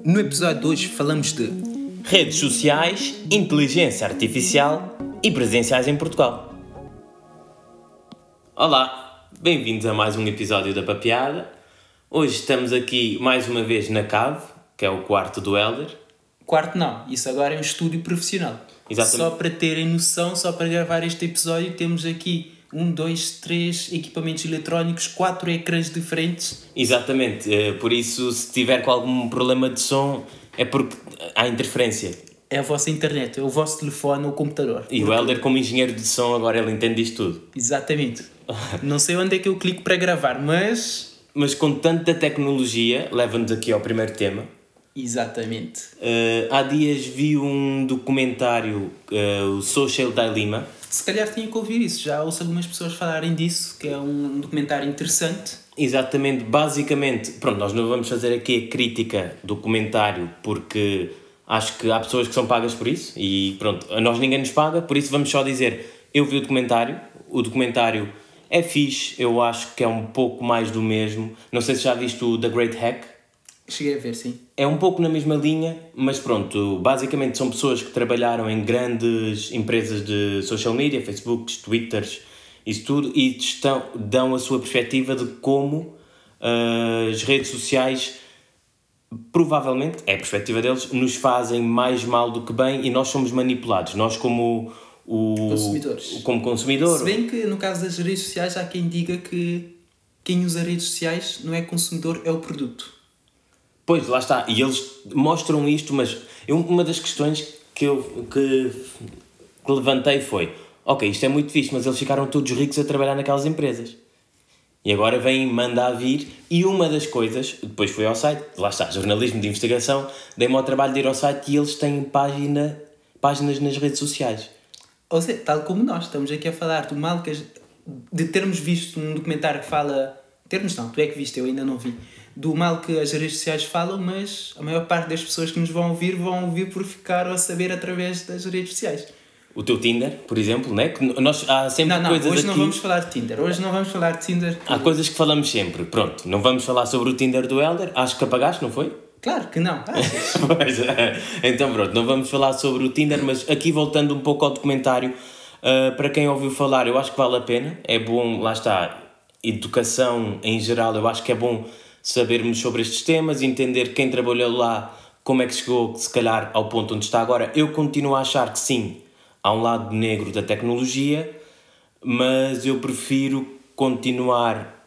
No episódio de hoje falamos de redes sociais, inteligência artificial e presenciais em Portugal. Olá, bem-vindos a mais um episódio da Papeada. Hoje estamos aqui mais uma vez na cave, que é o quarto do Helder. Quarto não, isso agora é um estúdio profissional. Exatamente. Só para terem noção, só para gravar este episódio temos aqui 1, 2, 3 equipamentos eletrónicos, 4 ecrãs diferentes. Exatamente, por isso se tiver com algum problema de som é porque há interferência. É a vossa internet, é o vosso telefone ou computador. E o Helder, como engenheiro de som, agora ele entende isto tudo. Exatamente. Não sei onde é que eu clico para gravar, mas... Mas com tanta tecnologia, leva-nos aqui ao primeiro tema. Exatamente. Há dias vi um documentário, o Social Dilemma. Se calhar tinha que ouvir isso, já ouço algumas pessoas falarem disso, que é um documentário interessante. Exatamente, basicamente, pronto, nós não vamos fazer aqui a crítica do documentário porque acho que há pessoas que são pagas por isso e pronto, a nós ninguém nos paga, por isso vamos só dizer, eu vi o documentário é fixe, eu acho que é um pouco mais do mesmo, não sei se já viste o The Great Hack. Cheguei a ver, sim. É um pouco na mesma linha, mas pronto, basicamente são pessoas que trabalharam em grandes empresas de social media, Facebooks, Twitters, isso tudo, e dão a sua perspectiva de como as redes sociais, provavelmente, é a perspectiva deles, nos fazem mais mal do que bem e nós somos manipulados, nós como Consumidores. Como consumidor. Se bem que no caso das redes sociais há quem diga que quem usa redes sociais não é consumidor, é o produto. Pois, lá está. E eles mostram isto, mas uma das questões que levantei foi ok, isto é muito fixe, mas eles ficaram todos ricos a trabalhar naquelas empresas. E agora vêm mandar vir. E uma das coisas, depois fui ao site, lá está, jornalismo de investigação, dei-me ao trabalho de ir ao site e eles têm páginas nas redes sociais. Ou seja, tal como nós, estamos aqui a falar do mal de termos visto um documentário que fala... Termos não, tu é que viste, eu ainda não vi. Do mal que as redes sociais falam, mas a maior parte das pessoas que nos vão ouvir por ficar a saber através das redes sociais. O teu Tinder, por exemplo, né? Que nós, há sempre coisas hoje aqui... não vamos falar de Tinder. Há coisas que falamos sempre. Pronto, não vamos falar sobre o Tinder do Helder. Acho que apagaste, não foi? Claro que não. Pois, então pronto, não vamos falar sobre o Tinder, mas aqui voltando um pouco ao documentário, para quem ouviu falar, eu acho que vale a pena. É bom, lá está, educação em geral, eu acho que é bom sabermos sobre estes temas, entender quem trabalhou lá, como é que chegou, se calhar, ao ponto onde está agora. Eu continuo a achar que sim, há um lado negro da tecnologia, mas eu prefiro continuar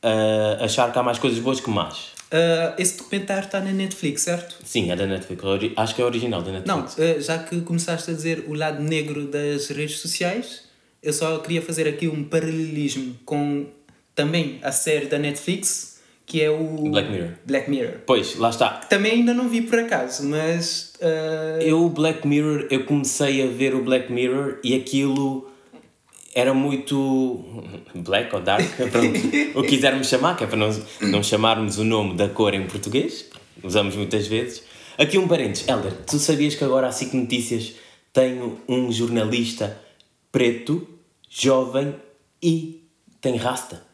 a achar que há mais coisas boas que más. Esse documentário está na Netflix, certo? Sim, é da Netflix. Acho que é original da Netflix. Não, já que começaste a dizer o lado negro das redes sociais, eu só queria fazer aqui um paralelismo com também a série da Netflix, que é o... Black Mirror. Pois, lá está. Também ainda não vi por acaso, mas... Eu comecei a ver o Black Mirror e aquilo era muito black ou dark, pronto, o que quisermos chamar, que é para não chamarmos o nome da cor em português, usamos muitas vezes. Aqui um parênteses, Helder, tu sabias que agora a SIC Notícias tem um jornalista preto, jovem e tem rasta?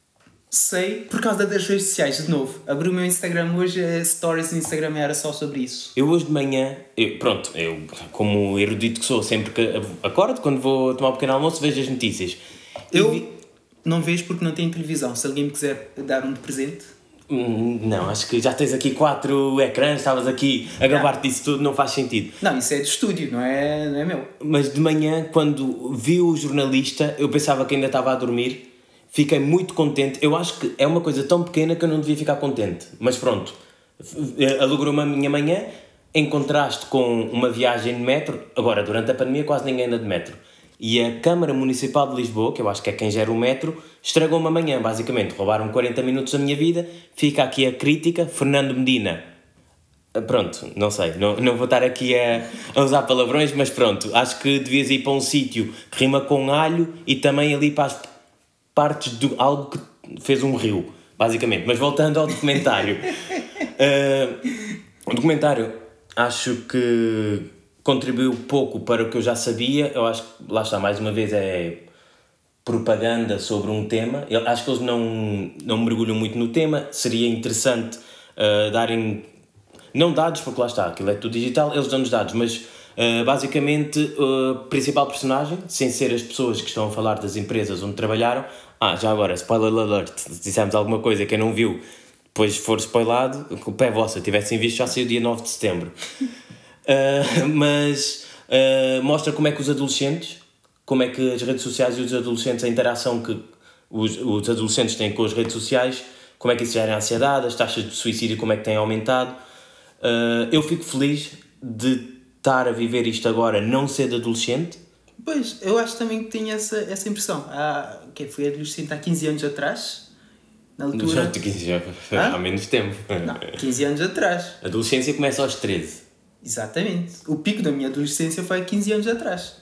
Sei, por causa das redes sociais, de novo. Abri o meu Instagram hoje, stories no Instagram era só sobre isso. Eu hoje de manhã, eu como erudito que sou, sempre que acordo, quando vou tomar um pequeno almoço, vejo as notícias. Não vejo porque não tenho televisão. Se alguém me quiser dar um de presente... Não, acho que já tens aqui 4 ecrãs, estavas aqui a gabar-te disso tudo, não faz sentido. Não, isso é de estúdio, não é meu. Mas de manhã, quando vi o jornalista, eu pensava que ainda estava a dormir. Fiquei muito contente. Eu acho que é uma coisa tão pequena que eu não devia ficar contente. Mas pronto, alegrou-me a minha manhã, em contraste com uma viagem de metro. Agora, durante a pandemia, quase ninguém anda de metro. E a Câmara Municipal de Lisboa, que eu acho que é quem gera o metro, estragou-me amanhã, basicamente. Roubaram 40 minutos da minha vida. Fica aqui a crítica. Fernando Medina. Pronto, não sei. Não vou estar aqui a usar palavrões, mas pronto. Acho que devias ir para um sítio que rima com alho e também ali para as partes de algo que fez um rio, basicamente. Mas voltando ao documentário. O documentário acho que contribuiu pouco para o que eu já sabia. Eu acho que, lá está, mais uma vez é propaganda sobre um tema. Eu acho que eles não mergulham muito no tema. Seria interessante Não dados, porque lá está, aquilo é tudo digital, eles dão-nos dados, mas basicamente a principal personagem, sem ser as pessoas que estão a falar das empresas onde trabalharam. Já agora, spoiler alert, se dissemos alguma coisa que eu não viu, depois for spoilado, a culpa é vossa. Tivessem visto, já saiu dia 9 de setembro. Mas mostra como é que os adolescentes, como é que as redes sociais e os adolescentes, a interação que os adolescentes têm com as redes sociais, como é que isso gera ansiedade, as taxas de suicídio, como é que têm aumentado. Eu fico feliz de estar a viver isto agora, não ser de adolescente. Pois, eu acho também que tinha essa impressão. Fui adolescente há 15 anos atrás, na altura... Há menos tempo. Não, 15 anos atrás. A adolescência começa aos 13. Exatamente. O pico da minha adolescência foi há 15 anos atrás.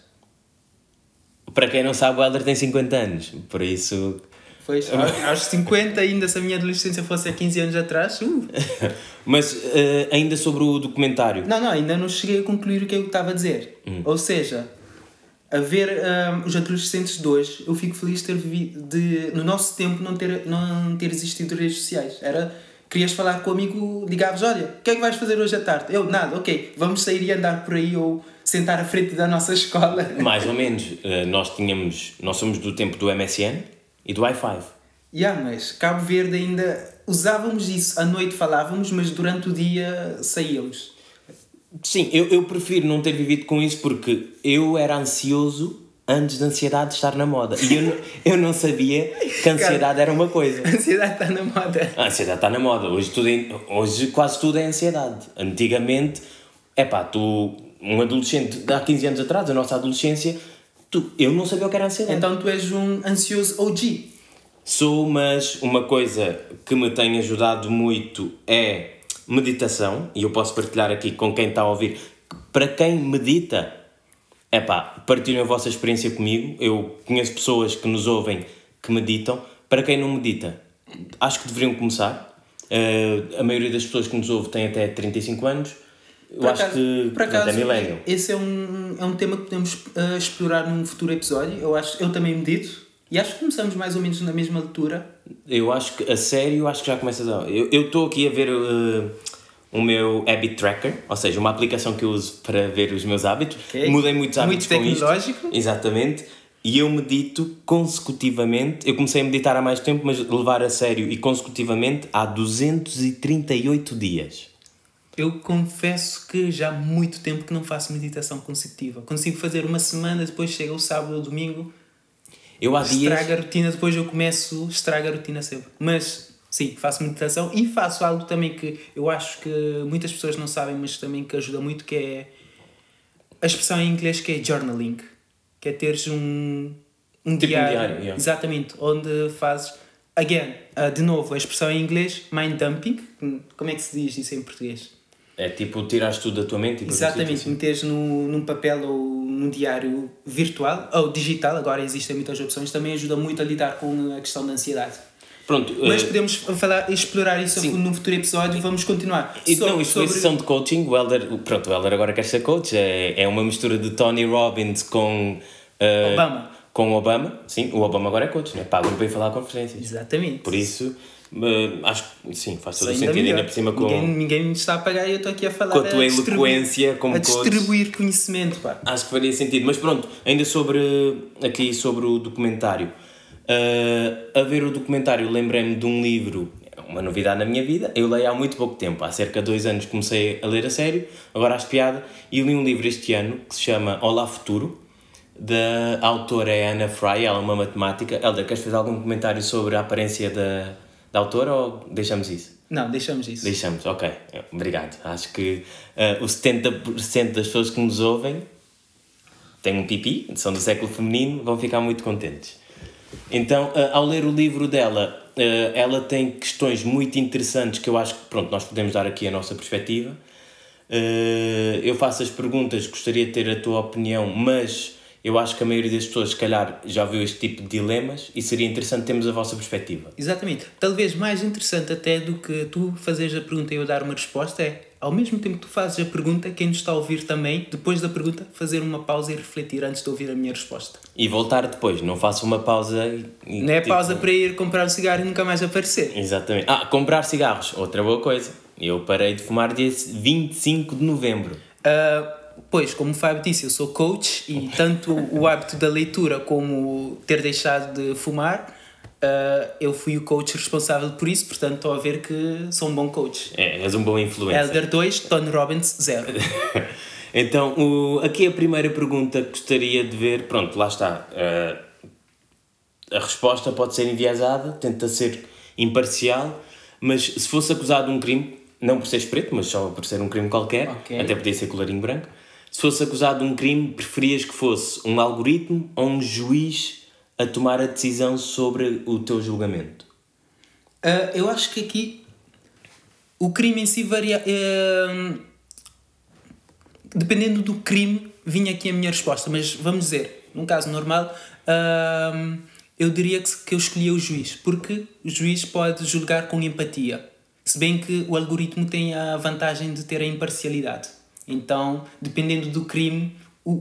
Para quem não sabe, o Helder tem 50 anos, por isso... Pois, aos 50 ainda, se a minha adolescência fosse há 15 anos atrás... Mas ainda sobre o documentário... Não, ainda não cheguei a concluir o que eu estava a dizer. Ou seja, a ver os adolescentes de hoje, eu fico feliz de ter vivido... no nosso tempo não ter existido redes sociais. Querias falar com um amigo, ligavas, olha, o que é que vais fazer hoje à tarde? Eu, nada, ok, vamos sair e andar por aí ou sentar à frente da nossa escola. Mais ou menos. Nós somos do tempo do MSN e do Wi-Fi. Mas Cabo Verde ainda usávamos isso. À noite falávamos, mas durante o dia saíamos. Sim, eu prefiro não ter vivido com isso porque eu era ansioso antes da ansiedade estar na moda. E eu não sabia que a ansiedade era uma coisa. A ansiedade está na moda. A ansiedade está na moda. Hoje quase tudo é ansiedade. Antigamente, um adolescente de há 15 anos atrás, da nossa adolescência, eu não sabia o que era ansiedade. Então tu és um ansioso OG. Sou, mas uma coisa que me tem ajudado muito é meditação, e eu posso partilhar aqui com quem está a ouvir. Para quem medita, partilhem a vossa experiência comigo. Eu conheço pessoas que nos ouvem que meditam. Para quem não medita, acho que deveriam começar. A maioria das pessoas que nos ouve tem até 35 anos. Eu acho que é milénio. Esse é um tema que podemos explorar num futuro episódio. Eu também medito. E acho que começamos mais ou menos na mesma altura. Eu acho que, a sério, acho que já começas a... Eu estou aqui a ver o meu habit tracker, ou seja, uma aplicação que eu uso para ver os meus hábitos. Okay. Mudei muitos hábitos com isto. Muito tecnológico. Exatamente. E eu medito consecutivamente. Eu comecei a meditar há mais tempo, mas levar a sério e consecutivamente há 238 dias. Eu confesso que já há muito tempo que não faço meditação consecutiva. Consigo fazer uma semana, depois chega o sábado ou domingo... Estraga a rotina, depois eu estraga a rotina sempre. Mas, sim, faço meditação e faço algo também que eu acho que muitas pessoas não sabem, mas também que ajuda muito, que é a expressão em inglês que é journaling. Que é teres um diário. Yeah. Exatamente, onde fazes... de novo, a expressão em inglês, mind dumping. Como é que se diz isso em português? É tipo, tirares tudo da tua mente e exatamente, meteres num papel ou num diário virtual ou digital, agora existem muitas opções, também ajuda muito a lidar com a questão da ansiedade. Pronto, mas podemos explorar isso num futuro episódio. Vamos continuar. Isto foi sessão de coaching. O Helder agora quer ser coach. É uma mistura de Tony Robbins com Obama. Com Obama. Sim, o Obama agora é coach, né? Pagam para ir falar a conferências. Exatamente. Por isso... acho que sim, faz todo o sentido. Ainda por cima ninguém me está a pagar e eu estou aqui a falar com a tua eloquência como coach, a distribuir conhecimento, pá. Acho que faria sentido. Mas pronto, ainda sobre o documentário, a ver o documentário lembrei-me de um livro, uma novidade na minha vida. Eu leio há muito pouco tempo, há cerca de 2 anos comecei a ler a sério, agora acho piada, e li um livro este ano que se chama Olá Futuro. Da autora é Anna Fry, ela é uma matemática. Helder, queres fazer algum comentário sobre a aparência da autora ou deixamos isso? Não, deixamos isso. Deixamos, ok. Obrigado. Acho que os 70% das pessoas que nos ouvem têm um pipi, são do século feminino, vão ficar muito contentes. Então, ao ler o livro dela, ela tem questões muito interessantes que eu acho que, pronto, nós podemos dar aqui a nossa perspectiva. Eu faço as perguntas, gostaria de ter a tua opinião, mas... eu acho que a maioria das pessoas, se calhar, já viu este tipo de dilemas e seria interessante termos a vossa perspectiva. Exatamente. Talvez mais interessante até do que tu fazeres a pergunta e eu dar uma resposta é, ao mesmo tempo que tu fazes a pergunta, quem nos está a ouvir também, depois da pergunta, fazer uma pausa e refletir antes de ouvir a minha resposta. E voltar depois, não faço uma pausa não é pausa para ir comprar um cigarro e nunca mais aparecer. Exatamente. Comprar cigarros, outra boa coisa. Eu parei de fumar dia 25 de novembro. Pois, como o Fábio disse, eu sou coach e tanto o hábito da leitura como ter deixado de fumar, eu fui o coach responsável por isso, portanto estou a ver que sou um bom coach. És um bom influencer. Elder 2, Tony Robbins 0. Então, aqui a primeira pergunta que gostaria de ver, pronto, lá está. A resposta pode ser enviesada, tenta ser imparcial, mas se fosse acusado de um crime, não por seres preto, mas só por ser um crime qualquer, até podia ser colorinho branco, se fosse acusado de um crime, preferias que fosse um algoritmo ou um juiz a tomar a decisão sobre o teu julgamento? Eu acho que aqui o crime em si varia. Dependendo do crime, vinha aqui a minha resposta, mas vamos dizer, num caso normal, eu diria que eu escolhia o juiz, porque o juiz pode julgar com empatia, se bem que o algoritmo tem a vantagem de ter a imparcialidade. Então, dependendo do crime,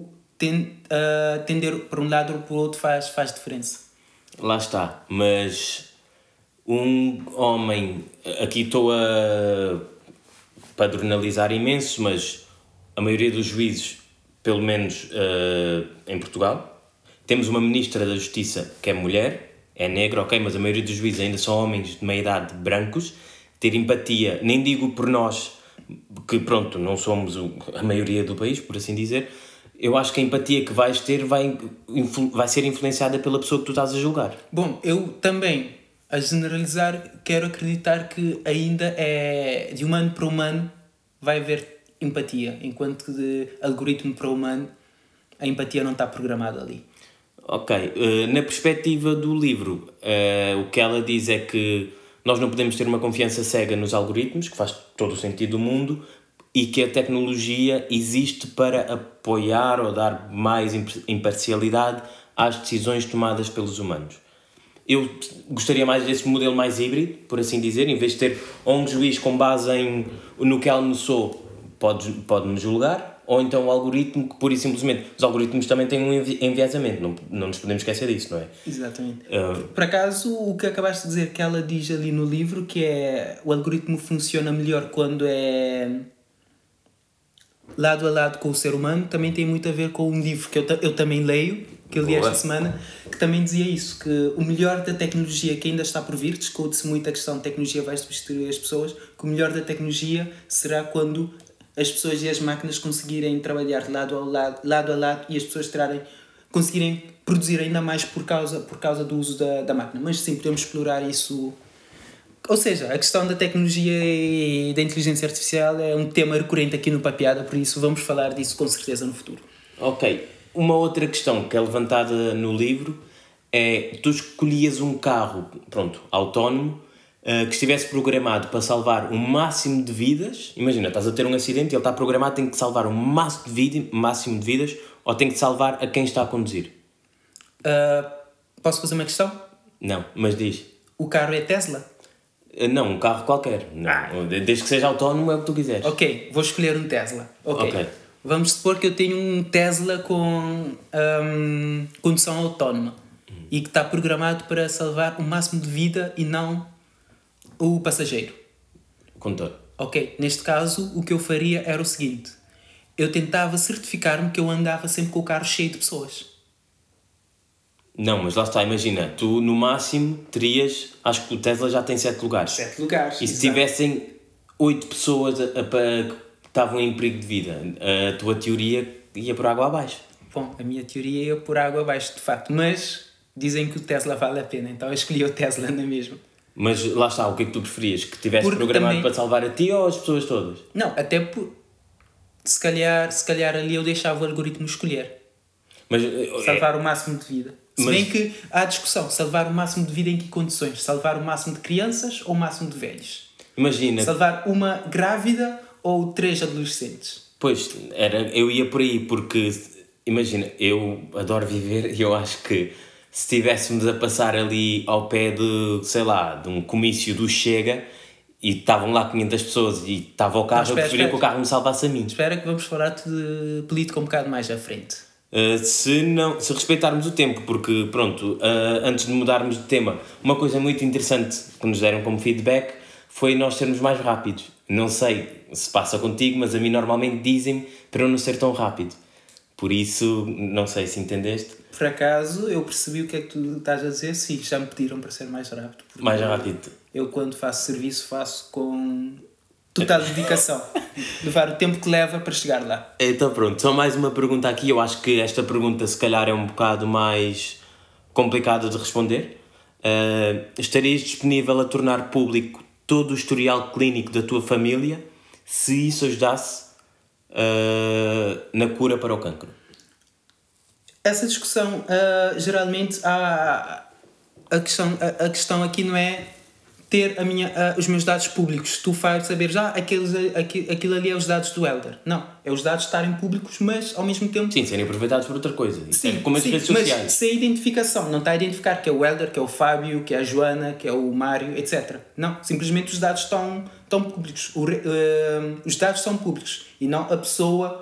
tender para um lado ou para o outro faz diferença. Lá está, mas um homem, aqui estou a padronalizar imenso, mas a maioria dos juízes, pelo menos em Portugal, temos uma ministra da Justiça que é mulher, é negra, ok, mas a maioria dos juízes ainda são homens de meia idade brancos. Ter empatia, nem digo por nós, que pronto, não somos a maioria do país, por assim dizer. Eu acho que a empatia que vais ter vai ser influenciada pela pessoa que tu estás a julgar. Bom, eu também, a generalizar, quero acreditar que ainda é de humano para humano vai haver empatia, enquanto que de algoritmo para humano a empatia não está programada ali. Ok, na perspectiva do livro, o que ela diz é que nós não podemos ter uma confiança cega nos algoritmos, que faz todo o sentido do mundo, e que a tecnologia existe para apoiar ou dar mais imparcialidade às decisões tomadas pelos humanos. Eu gostaria mais desse modelo mais híbrido, por assim dizer, em vez de ter um juiz com base no que almoçou, pode-me julgar, ou então o algoritmo que pura e simplesmente... Os algoritmos também têm um enviesamento, não nos podemos esquecer disso, não é? Exatamente. Por acaso, o que acabaste de dizer que ela diz ali no livro, que é o algoritmo funciona melhor quando é lado a lado com o ser humano, também tem muito a ver com um livro que eu também leio, que eu li esta semana, que também dizia isso, que o melhor da tecnologia que ainda está por vir, discute-se muito a questão de tecnologia vai substituir as pessoas, que o melhor da tecnologia será quando as pessoas e as máquinas conseguirem trabalhar lado a lado e as pessoas conseguirem produzir ainda mais por causa do uso da máquina. Mas sim, podemos explorar isso. Ou seja, a questão da tecnologia e da inteligência artificial é um tema recorrente aqui no Papeada, por isso vamos falar disso com certeza no futuro. Ok. Uma outra questão que é levantada no livro é: tu escolhias um carro, autónomo, que estivesse programado para salvar o máximo de vidas. Imagina, estás a ter um acidente e ele está programado, tem que salvar o máximo de vidas, ou tem que salvar a quem está a conduzir? Posso fazer uma questão? Não, mas diz. O carro é Tesla? Não, um carro qualquer. Não. Desde que seja autónomo é o que tu quiseres. Ok, vou escolher um Tesla. Ok. Vamos supor que eu tenho um Tesla com condução autónoma e que está programado para salvar o máximo de vida e não o passageiro. Condutor. Ok, neste caso o que eu faria era o seguinte: eu tentava certificar-me que eu andava sempre com o carro cheio de pessoas. Não, mas lá está, imagina, tu no máximo terias, acho que o Tesla já tem 7 lugares. 7 lugares, e se tivessem 8 pessoas que estavam em perigo de vida, a tua teoria ia por água abaixo. Bom, a minha teoria ia por água abaixo, de facto, mas dizem que o Tesla vale a pena, então eu escolhi o Tesla na mesma. Mas lá está, o que é que tu preferias? Que tivesse programado também para salvar a ti ou as pessoas todas? Não, até por... Se calhar ali eu deixava o algoritmo escolher. Mas, salvar o máximo de vida. Se bem que há discussão, salvar o máximo de vida em que condições? Salvar o máximo de crianças ou o máximo de velhos? Imagina... Salvar uma grávida ou 3 adolescentes? Pois, eu ia por aí, porque, imagina, eu adoro viver e eu acho que se estivéssemos a passar ali ao pé de, sei lá, de um comício do Chega e estavam lá 500 pessoas e estava o carro, eu preferia que o carro me salvasse a mim. Espera que vamos falar de política um bocado mais à frente. Se respeitarmos o tempo, porque antes de mudarmos de tema, uma coisa muito interessante que nos deram como feedback foi nós sermos mais rápidos. Não sei se passa contigo, mas a mim normalmente dizem-me para eu não ser tão rápido. Por isso, não sei se entendeste. Por acaso, eu percebi o que é que tu estás a dizer. Sim, já me pediram para ser mais rápido. Mais rápido. Eu, quando faço serviço, faço com total dedicação. Levar o tempo que leva para chegar lá. Então pronto, só mais uma pergunta aqui. Eu acho que esta pergunta se calhar é um bocado mais complicada de responder. Estarias disponível a tornar público todo o historial clínico da tua família se isso ajudasse na cura para o cancro? Essa discussão, geralmente, a questão aqui não é ter os meus dados públicos. Tu vais saber já aquilo ali é os dados do Elder. Não, é os dados estarem públicos, mas ao mesmo tempo... Sim, serem aproveitados por outra coisa. Sim, como as redes sociais. Mas sem identificação. Não está a identificar que é o Elder, que é o Fábio, que é a Joana, que é o Mário, etc. Não, simplesmente os dados estão públicos. Os dados são públicos e não a pessoa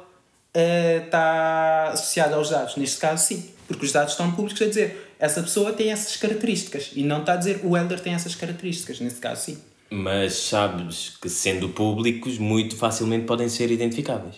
está associada aos dados. Neste caso, sim. Porque os dados estão públicos a dizer essa pessoa tem essas características e não está a dizer o Elder tem essas características. Neste caso, sim. Mas sabes que, sendo públicos, muito facilmente podem ser identificáveis.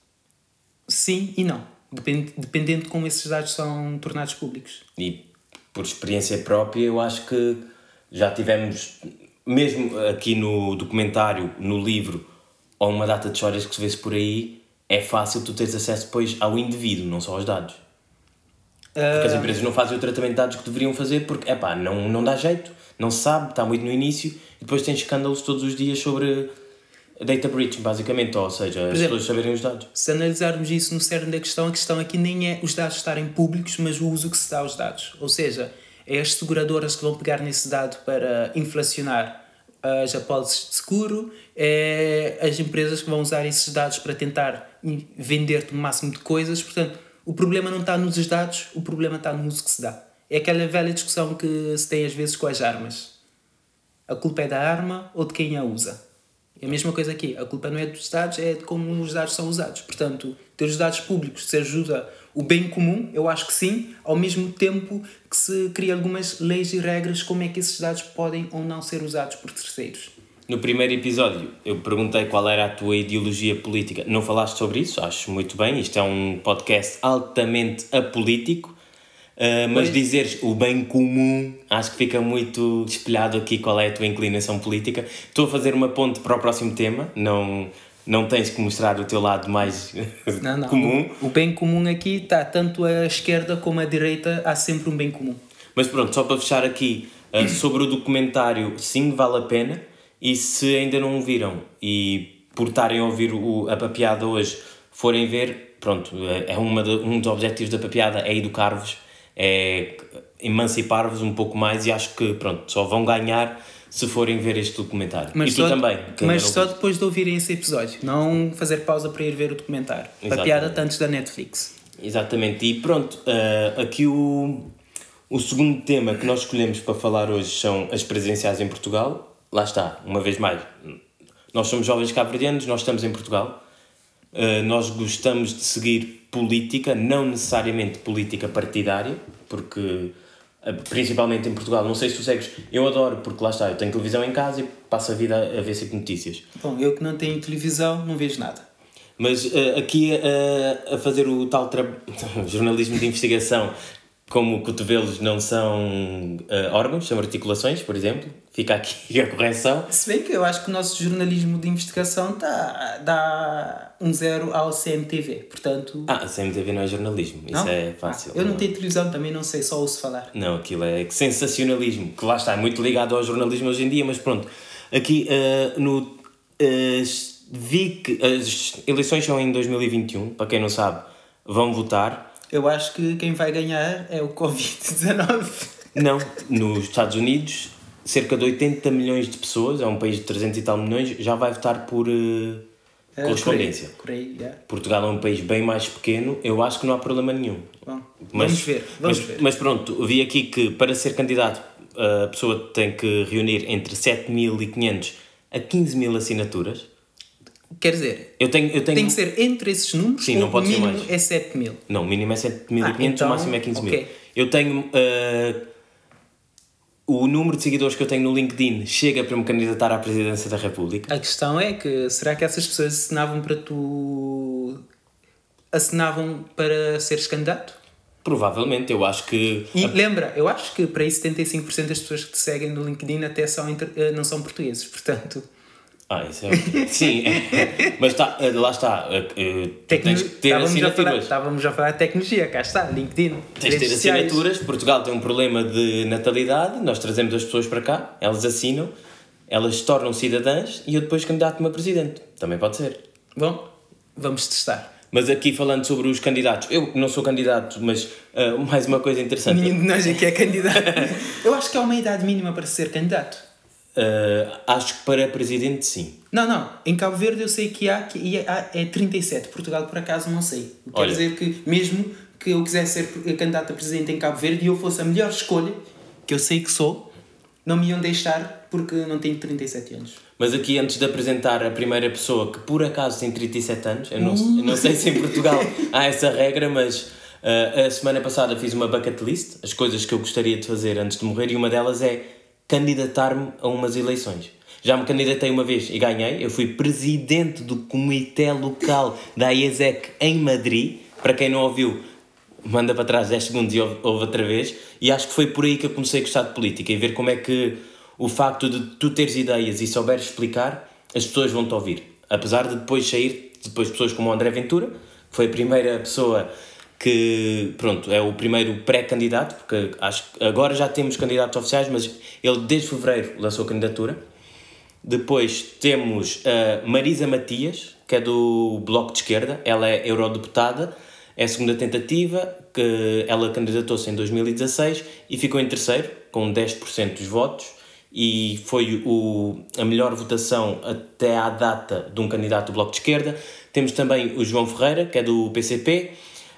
Sim e não. Dependendo de como esses dados são tornados públicos. E, por experiência própria, eu acho que já tivemos, mesmo aqui no documentário, no livro, ou uma data de histórias que se vê-se por aí, é fácil tu teres acesso depois ao indivíduo, não só aos dados. Porque as empresas não fazem o tratamento de dados que deveriam fazer porque, não dá jeito, não se sabe, está muito no início, e depois tens escândalos todos os dias sobre data breach, basicamente, ou seja, as pessoas saberem os dados. Se analisarmos isso no cerne da questão, a questão aqui nem é os dados estarem públicos, mas o uso que se dá aos dados. Ou seja, é as seguradoras que vão pegar nesse dado para inflacionar as apólices de seguro, é as empresas que vão usar esses dados para tentar vender-te o máximo de coisas. Portanto, o problema não está nos dados, o problema está no uso que se dá. É aquela velha discussão que se tem às vezes com as armas. A culpa é da arma ou de quem a usa? É a mesma coisa aqui. A culpa não é dos dados, é de como os dados são usados. Portanto, ter os dados públicos se ajuda o bem comum, eu acho que sim, ao mesmo tempo que se cria algumas leis e regras como é que esses dados podem ou não ser usados por terceiros. No primeiro episódio eu perguntei qual era a tua ideologia política. Não falaste sobre isso, acho muito bem. Isto é um podcast altamente apolítico. Mas dizeres o bem comum, acho que fica muito espelhado aqui qual é a tua inclinação política. Estou a fazer uma ponte para o próximo tema. Não tens que mostrar o teu lado mais comum. O bem comum aqui está tanto à esquerda como à direita, há sempre um bem comum. Mas pronto, só para fechar aqui, sobre o documentário, sim, vale a pena. E se ainda não o viram e por estarem a ouvir a Papeada hoje forem ver, pronto, um dos objetivos da Papeada é educar-vos, é emancipar-vos um pouco mais, e acho que pronto, só vão ganhar se forem ver este documentário. Mas e tu também. Mas só depois de ouvirem esse episódio, não fazer pausa para ir ver o documentário. Papeada antes da Netflix. Exatamente, e pronto, aqui o segundo tema que nós escolhemos para falar hoje são as presidenciais em Portugal. Lá está, uma vez mais, nós somos jovens cabo-verdianos, nós estamos em Portugal, nós gostamos de seguir política, não necessariamente política partidária, porque principalmente em Portugal, não sei se tu segues, eu adoro, porque lá está, eu tenho televisão em casa e passo a vida a ver sempre notícias. Bom, eu que não tenho televisão não vejo nada. Mas aqui a fazer o tal jornalismo de investigação, como cotovelos não são órgãos, são articulações, por exemplo. Fica aqui a correção. Se bem que eu acho que o nosso jornalismo de investigação dá 0 ao CMTV, portanto... a CMTV não é jornalismo, não? Isso é fácil. Eu não tenho televisão, também não sei, só ouço falar. Não, aquilo é sensacionalismo, que lá está, é muito ligado ao jornalismo hoje em dia, mas pronto. Aqui vi que as eleições são em 2021, para quem não sabe, vão votar. Eu acho que quem vai ganhar é o Covid-19. Não, nos Estados Unidos, cerca de 80 milhões de pessoas, é um país de 300 e tal milhões, já vai votar por correspondência. Coreia. Portugal é um país bem mais pequeno, eu acho que não há problema nenhum. Bom, vamos ver. Mas pronto, vi aqui que para ser candidato a pessoa tem que reunir entre 7.500 a 15.000 assinaturas. Quer dizer, eu tenho... tem que ser entre esses números. Sim, não pode ser mais. O mínimo é 7.000. Não, o mínimo é 7.500, então, o máximo é 15.000. Okay. Eu tenho o número de seguidores que eu tenho no LinkedIn chega para me candidatar à presidência da República? A questão é que, será que essas pessoas assinavam para seres candidato? Provavelmente, eu acho que... E lembra, eu acho que para aí 75% das pessoas que te seguem no LinkedIn até não são portugueses, portanto... isso é... Sim, mas lá está. Tens que ter assinaturas. Estávamos a falar de tecnologia, cá está, LinkedIn. Tens de ter assinaturas. Portugal tem um problema de natalidade, nós trazemos as pessoas para cá, elas assinam, elas se tornam cidadãs e eu depois candidato-me a presidente. Também pode ser. Bom, vamos testar. Mas aqui falando sobre os candidatos, eu não sou candidato, mas mais uma coisa interessante. Nenhum de nós aqui é candidato. Eu acho que há uma idade mínima para ser candidato. Acho que para presidente sim. Não. Em Cabo Verde eu sei que há é 37. Portugal, por acaso, não sei. Quer dizer que mesmo que eu quisesse ser candidato a presidente em Cabo Verde e eu fosse a melhor escolha, que eu sei que sou, não me iam deixar porque não tenho 37 anos. Mas aqui, antes de apresentar a primeira pessoa que por acaso tem 37 anos, eu não sei se em Portugal há essa regra, mas a semana passada fiz uma bucket list, as coisas que eu gostaria de fazer antes de morrer, e uma delas é candidatar-me a umas eleições. Já me candidatei uma vez e ganhei. Eu fui presidente do comitê local da IESEC em Madrid. Para quem não ouviu, manda para trás 10 segundos e ouve outra vez. E acho que foi por aí que eu comecei a gostar de política e ver como é que o facto de tu teres ideias e souberes explicar, as pessoas vão-te ouvir. Apesar de depois sair pessoas como o André Ventura, que foi a primeira pessoa que, pronto, é o primeiro pré-candidato, porque acho que agora já temos candidatos oficiais, mas ele desde fevereiro lançou a candidatura. Depois temos a Marisa Matias, que é do Bloco de Esquerda, ela é eurodeputada, é a segunda tentativa, que ela candidatou-se em 2016 e ficou em terceiro, com 10% dos votos, e foi a melhor votação até à data de um candidato do Bloco de Esquerda. Temos também o João Ferreira, que é do PCP.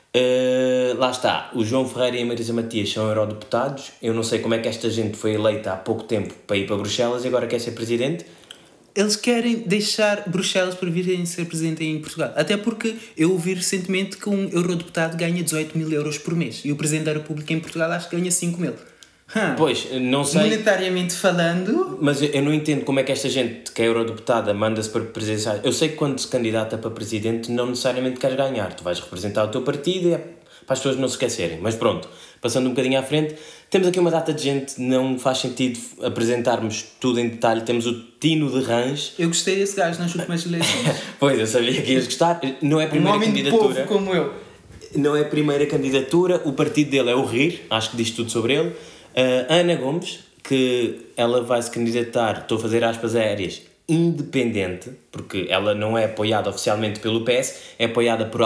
Lá está, o João Ferreira e a Marisa Matias são eurodeputados. Eu não sei como é que esta gente foi eleita há pouco tempo para ir para Bruxelas e agora quer ser presidente. Eles querem deixar Bruxelas para virem ser presidente em Portugal. Até porque eu ouvi recentemente que um eurodeputado ganha 18 mil euros por mês e o presidente da República em Portugal acho que ganha 5 mil. Pois, não sei. Monetariamente falando... Mas eu não entendo como é que esta gente que é eurodeputada manda-se para presidenciais. Eu sei que quando se candidata para presidente não necessariamente queres ganhar. Tu vais representar o teu partido e é para as pessoas não se esquecerem. Mas pronto, passando um bocadinho à frente, temos aqui uma data de gente, não faz sentido apresentarmos tudo em detalhe. Temos o Tino de Rãs. Eu gostei desse gajo nas últimas eleições. Pois, eu sabia que ias gostar. Não é a primeira candidatura. Povo como eu. Não é a primeira candidatura. O partido dele é o RIR, acho que diz tudo sobre ele. Ana Gomes, que ela vai se candidatar, estou a fazer aspas aéreas, independente, porque ela não é apoiada oficialmente pelo PS, é apoiada por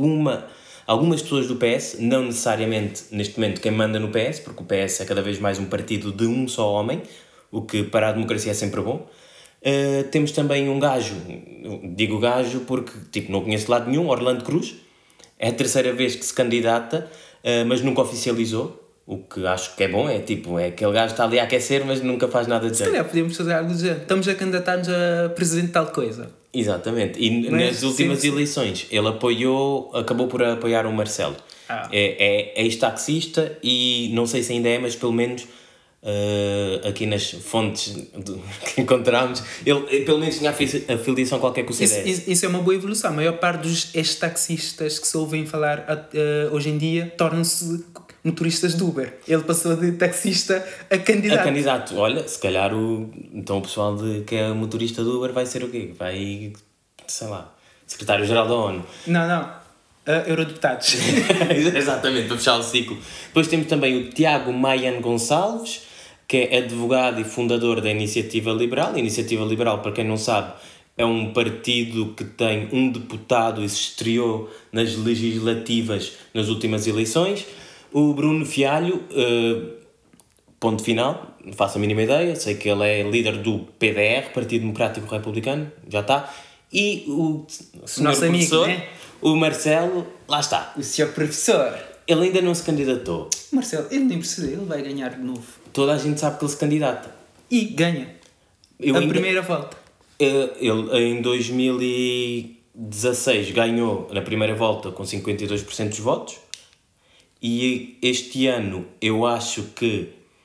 algumas pessoas do PS, não necessariamente neste momento quem manda no PS, porque o PS é cada vez mais um partido de um só homem, o que para a democracia é sempre bom. Temos também um gajo, digo gajo porque não conheço de lado nenhum, Orlando Cruz, é a terceira vez que se candidata, mas nunca oficializou. O que acho que é bom, é aquele gajo que está ali a aquecer, mas nunca faz nada de jeito. Se calhar podíamos fazer algo do género. Estamos a candidatar-nos a presidente de tal coisa. Exatamente. E nas últimas eleições, ele acabou por apoiar o Marcelo. É ex-taxista e não sei se ainda é, mas pelo menos aqui nas fontes que encontramos, ele pelo menos tinha afiliação qualquer com o CDS. Isso é uma boa evolução. A maior parte dos ex-taxistas que se ouvem falar hoje em dia tornam-se motoristas de Uber. Ele passou de taxista a candidato. A candidato. Olha, se calhar então o pessoal que é motorista de Uber vai ser o quê? Vai, sei lá, secretário-geral da ONU. Não. Eurodeputados. Exatamente, para fechar o ciclo. Depois temos também o Tiago Maian Gonçalves, que é advogado e fundador da Iniciativa Liberal. A Iniciativa Liberal, para quem não sabe, é um partido que tem um deputado e se estreou nas legislativas nas últimas eleições. O Bruno Fialho, ponto final, não faço a mínima ideia, sei que ele é líder do PDR, Partido Democrático Republicano, já está. E o senhor nosso professor, amigo, né? O Marcelo, lá está. O senhor professor. Ele ainda não se candidatou. Marcelo, ele nem precisa, ele vai ganhar de novo. Toda a gente sabe que ele se candidata. E ganha. Primeira volta. Ele em 2016 ganhou na primeira volta com 52% dos votos. E este ano eu acho que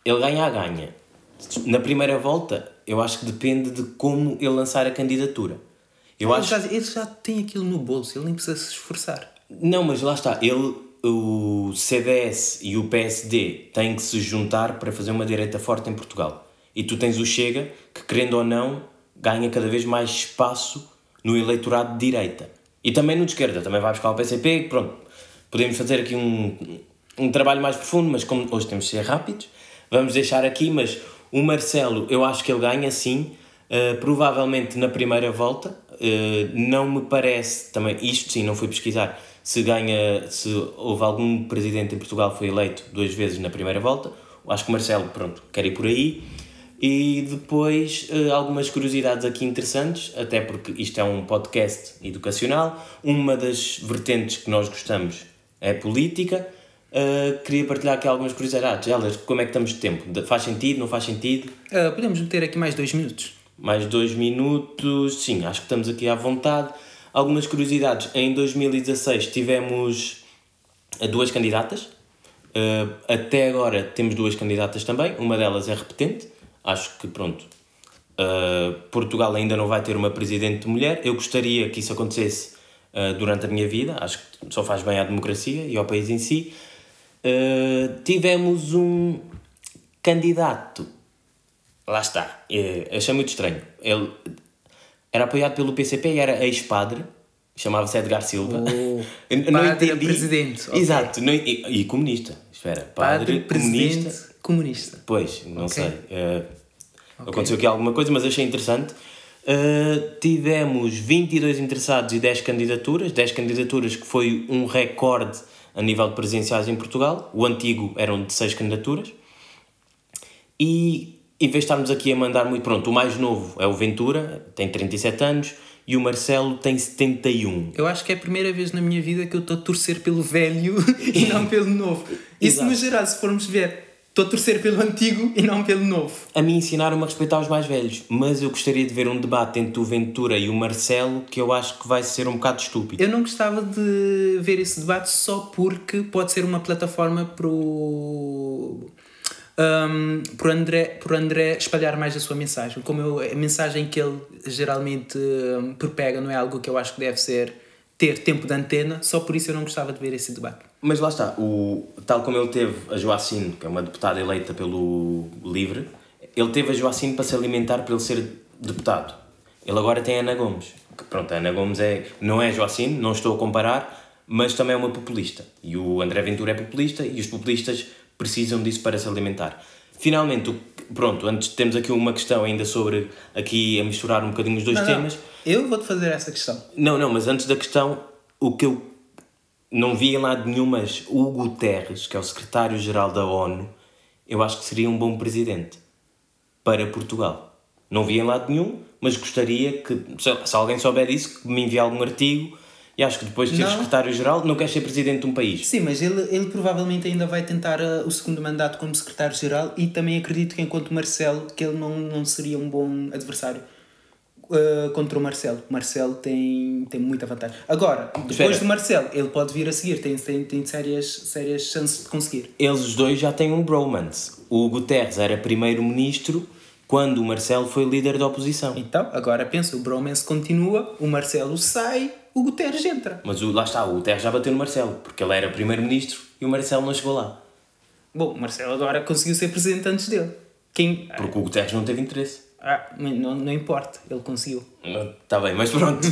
Ele ganha. Na primeira volta, eu acho que depende de como ele lançar a candidatura. Ele já tem aquilo no bolso, ele nem precisa se esforçar. Não, mas lá está. O CDS e o PSD têm que se juntar para fazer uma direita forte em Portugal. E tu tens o Chega, que querendo ou não, ganha cada vez mais espaço no eleitorado de direita. E também no de esquerda, também vai buscar o PCP, pronto. Podemos fazer aqui um trabalho mais profundo, mas como hoje temos de ser rápidos, vamos deixar aqui, mas o Marcelo, eu acho que ele ganha sim, provavelmente na primeira volta, não me parece, também, isto sim, não fui pesquisar, se houve algum presidente em Portugal que foi eleito 2 vezes na primeira volta, acho que o Marcelo, pronto, quer ir por aí. E depois algumas curiosidades aqui interessantes, até porque isto é um podcast educacional, uma das vertentes que nós gostamos é política. Queria partilhar aqui algumas curiosidades. Elas, como é que estamos de tempo? Faz sentido, não faz sentido? Podemos meter aqui mais 2 minutos. Mais 2 minutos, sim, acho que estamos aqui à vontade. Algumas curiosidades. Em 2016 tivemos 2 candidatas. Até agora temos 2 candidatas também. Uma delas é repetente. Acho que, pronto, Portugal ainda não vai ter uma presidente mulher. Eu gostaria que isso acontecesse durante a minha vida. Acho que só faz bem à democracia e ao país em si. Tivemos um candidato. Lá está. Achei muito estranho. Ele era apoiado pelo PCP e era ex-padre. Chamava-se Edgar Silva. Não entendi. Presidente. Exato. Okay. E comunista. Espera. Padre presidente comunista. Pois, não sei. Aconteceu aqui alguma coisa, mas achei interessante. Tivemos 22 interessados e 10 candidaturas. 10 candidaturas que foi um recorde a nível de presidenciais em Portugal. O antigo eram de 6 candidaturas. E em vez de estarmos aqui a mandar muito... Pronto, o mais novo é o Ventura, tem 37 anos, e o Marcelo tem 71. Eu acho que é a primeira vez na minha vida que eu estou a torcer pelo velho e não pelo novo. Isso no geral, se formos ver... Estou a torcer pelo antigo e não pelo novo. A mim ensinaram-me a respeitar os mais velhos, mas eu gostaria de ver um debate entre o Ventura e o Marcelo que eu acho que vai ser um bocado estúpido. Eu não gostava de ver esse debate só porque pode ser uma plataforma por André espalhar mais a sua mensagem. Como a mensagem que ele geralmente propega não é algo que eu acho que deve ser ter tempo de antena, só por isso eu não gostava de ver esse debate. Mas lá está, tal como ele teve a Joacine, que é uma deputada eleita pelo LIVRE, ele teve a Joacine para se alimentar para ele ser deputado. Ele agora tem a Ana Gomes. Que, pronto, a Ana Gomes não é Joacine, não estou a comparar, mas também é uma populista. E o André Ventura é populista e os populistas precisam disso para se alimentar. Finalmente, pronto, antes temos aqui uma questão ainda sobre, aqui a misturar um bocadinho os dois temas. Eu vou-te fazer essa questão. Não, mas antes da questão, o que eu não vi em lado nenhum, mas o Guterres, que é o secretário-geral da ONU, eu acho que seria um bom presidente para Portugal. Não vi em lado nenhum, mas gostaria que, se alguém souber disso, que me envie algum artigo. E acho que depois de ser secretário-geral, não quer ser presidente de um país. Sim, mas ele provavelmente ainda vai tentar o segundo mandato como secretário-geral e também acredito que enquanto Marcelo, que ele não seria um bom adversário contra o Marcelo. O Marcelo tem muita vantagem. Agora, depois do Marcelo, ele pode vir a seguir, tem sérias chances de conseguir. Eles os dois já têm um bromance. O Guterres era primeiro-ministro quando o Marcelo foi líder da oposição. Então, agora pensa, o bromance continua, o Marcelo sai, o Guterres entra. Mas lá está, o Guterres já bateu no Marcelo, porque ele era primeiro-ministro e o Marcelo não chegou lá. Bom, o Marcelo agora conseguiu ser presidente antes dele. Porque o Guterres não teve interesse. Não importa, ele conseguiu. Está bem, mas pronto.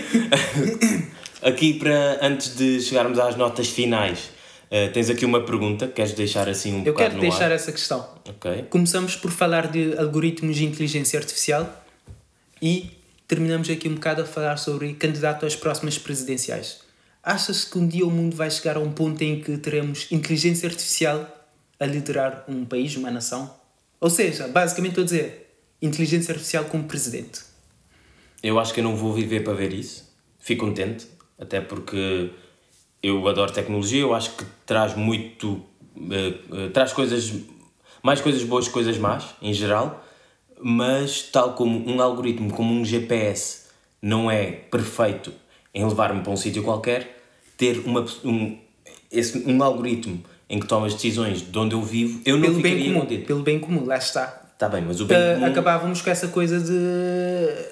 Aqui, antes de chegarmos às notas finais, tens aqui uma pergunta, queres deixar assim um bocado no ar? Eu quero deixar essa questão. Okay. Começamos por falar de algoritmos de inteligência artificial e terminamos aqui um bocado a falar sobre candidato às próximas presidenciais. Achas que um dia o mundo vai chegar a um ponto em que teremos inteligência artificial a liderar um país, uma nação? Ou seja, basicamente estou a dizer, inteligência artificial como presidente. Eu acho que eu não vou viver para ver isso. Fico contente, até porque eu adoro tecnologia, eu acho que traz muito... traz mais coisas boas que coisas más, em geral, mas tal como um algoritmo, como um GPS, não é perfeito em levar-me para um sítio qualquer, ter um algoritmo em que tomo as decisões de onde eu vivo, eu não Pelo ficaria bem comum, contente. pelo bem comum, lá está. Está bem, mas o bem comum... Acabávamos com essa coisa de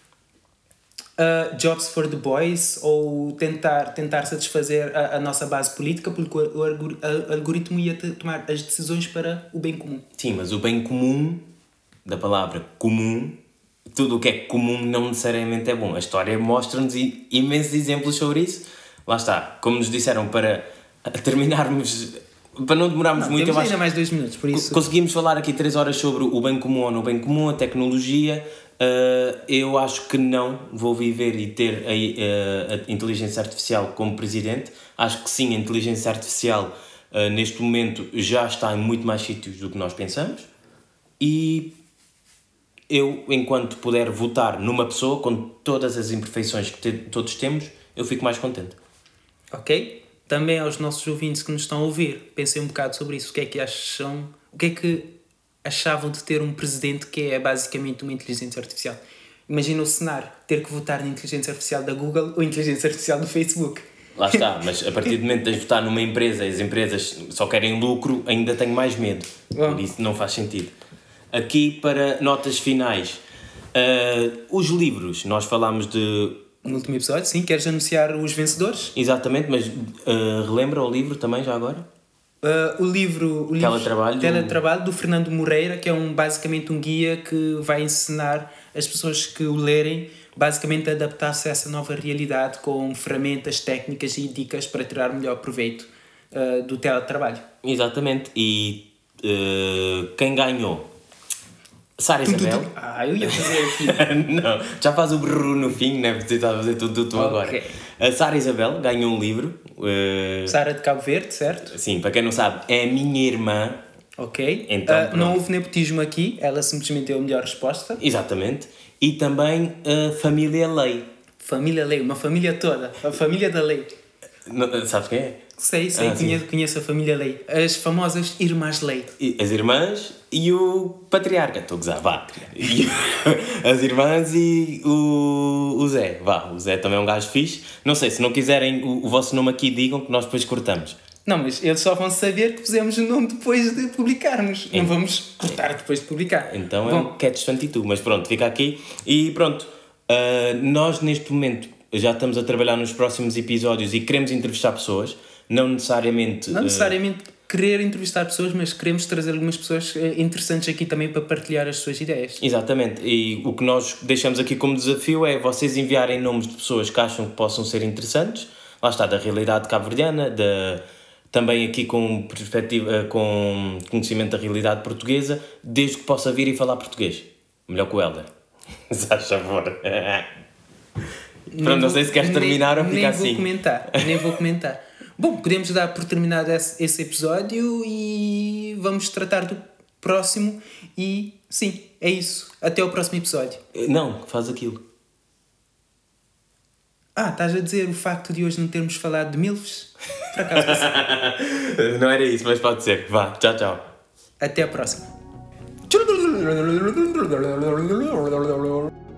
jobs for the boys, ou tentar satisfazer a nossa base política, porque o algoritmo ia tomar as decisões para o bem comum. Sim, mas o bem comum, da palavra comum, tudo o que é comum não necessariamente é bom. A história mostra-nos imensos exemplos sobre isso. Lá está, como nos disseram, para terminarmos, para não demorarmos muito, temos eu acho ainda mais 2 minutos, por isso... conseguimos falar aqui 3 horas sobre o bem comum ou não bem comum, a tecnologia. Eu acho que não vou viver e ter a inteligência artificial como presidente. Acho que sim, a inteligência artificial neste momento já está em muito mais sítios do que nós pensamos, e eu, enquanto puder votar numa pessoa com todas as imperfeições que todos temos, eu fico mais contente. Ok? Também aos nossos ouvintes que nos estão a ouvir, pensem um bocado sobre isso. O que é que acham? O que é que achavam de ter um presidente que é basicamente uma inteligência artificial? Imagina o cenário, ter que votar na inteligência artificial da Google ou inteligência artificial do Facebook. Lá está, mas a partir do momento de votar numa empresa e as empresas só querem lucro, ainda tenho mais medo. Por isso não faz sentido. Aqui, para notas finais, os livros, nós falámos de... No último episódio, sim, queres anunciar os vencedores? Exatamente, mas relembra o livro também já agora? O livro Teletrabalho, do Fernando Moreira, que é basicamente um guia que vai ensinar as pessoas que o lerem basicamente a adaptar-se a essa nova realidade com ferramentas, técnicas e dicas para tirar melhor proveito do teletrabalho. Exatamente, e quem ganhou? Sara Isabel. Eu ia fazer aqui. Não, já faz o brrr no fim, não é? Precisava fazer tudo agora. A Sara Isabel ganhou um livro. Sara de Cabo Verde, certo? Sim, para quem não sabe, é a minha irmã. Ok. Então, não houve nepotismo aqui, ela simplesmente deu a melhor resposta. Exatamente. E também a família Lei. Família Lei, uma família toda. A família da Lei. Não, sabes quem é? Sei, conheço a família Lei. As famosas Irmãs Lei. As irmãs e o patriarca. Estou a gozar, vá. As irmãs e o Zé. Vá, o Zé também é um gajo fixe. Não sei, se não quiserem o vosso nome aqui, digam que nós depois cortamos. Não, mas eles só vão saber que pusemos o nome depois de publicarmos. Não vamos cortar depois de publicar. Então é um catch 22, mas pronto, fica aqui. E pronto, nós neste momento já estamos a trabalhar nos próximos episódios e queremos entrevistar pessoas. Não necessariamente querer entrevistar pessoas, mas queremos trazer algumas pessoas interessantes aqui também para partilhar as suas ideias. Exatamente, e o que nós deixamos aqui como desafio é vocês enviarem nomes de pessoas que acham que possam ser interessantes. Lá está, da realidade cabo-verdiana, também aqui com perspectiva, com conhecimento da realidade portuguesa, desde que possa vir e falar português. Melhor que o Helder. Se faz favor. Não sei se queres terminar ou ficar assim. Nem vou comentar. Bom, podemos dar por terminado esse episódio e vamos tratar do próximo. E sim, é isso. Até ao próximo episódio. Não, faz aquilo. Estás a dizer o facto de hoje não termos falado de MILFs? Por acaso não era isso, mas pode ser. Vá, tchau, tchau. Até a próxima.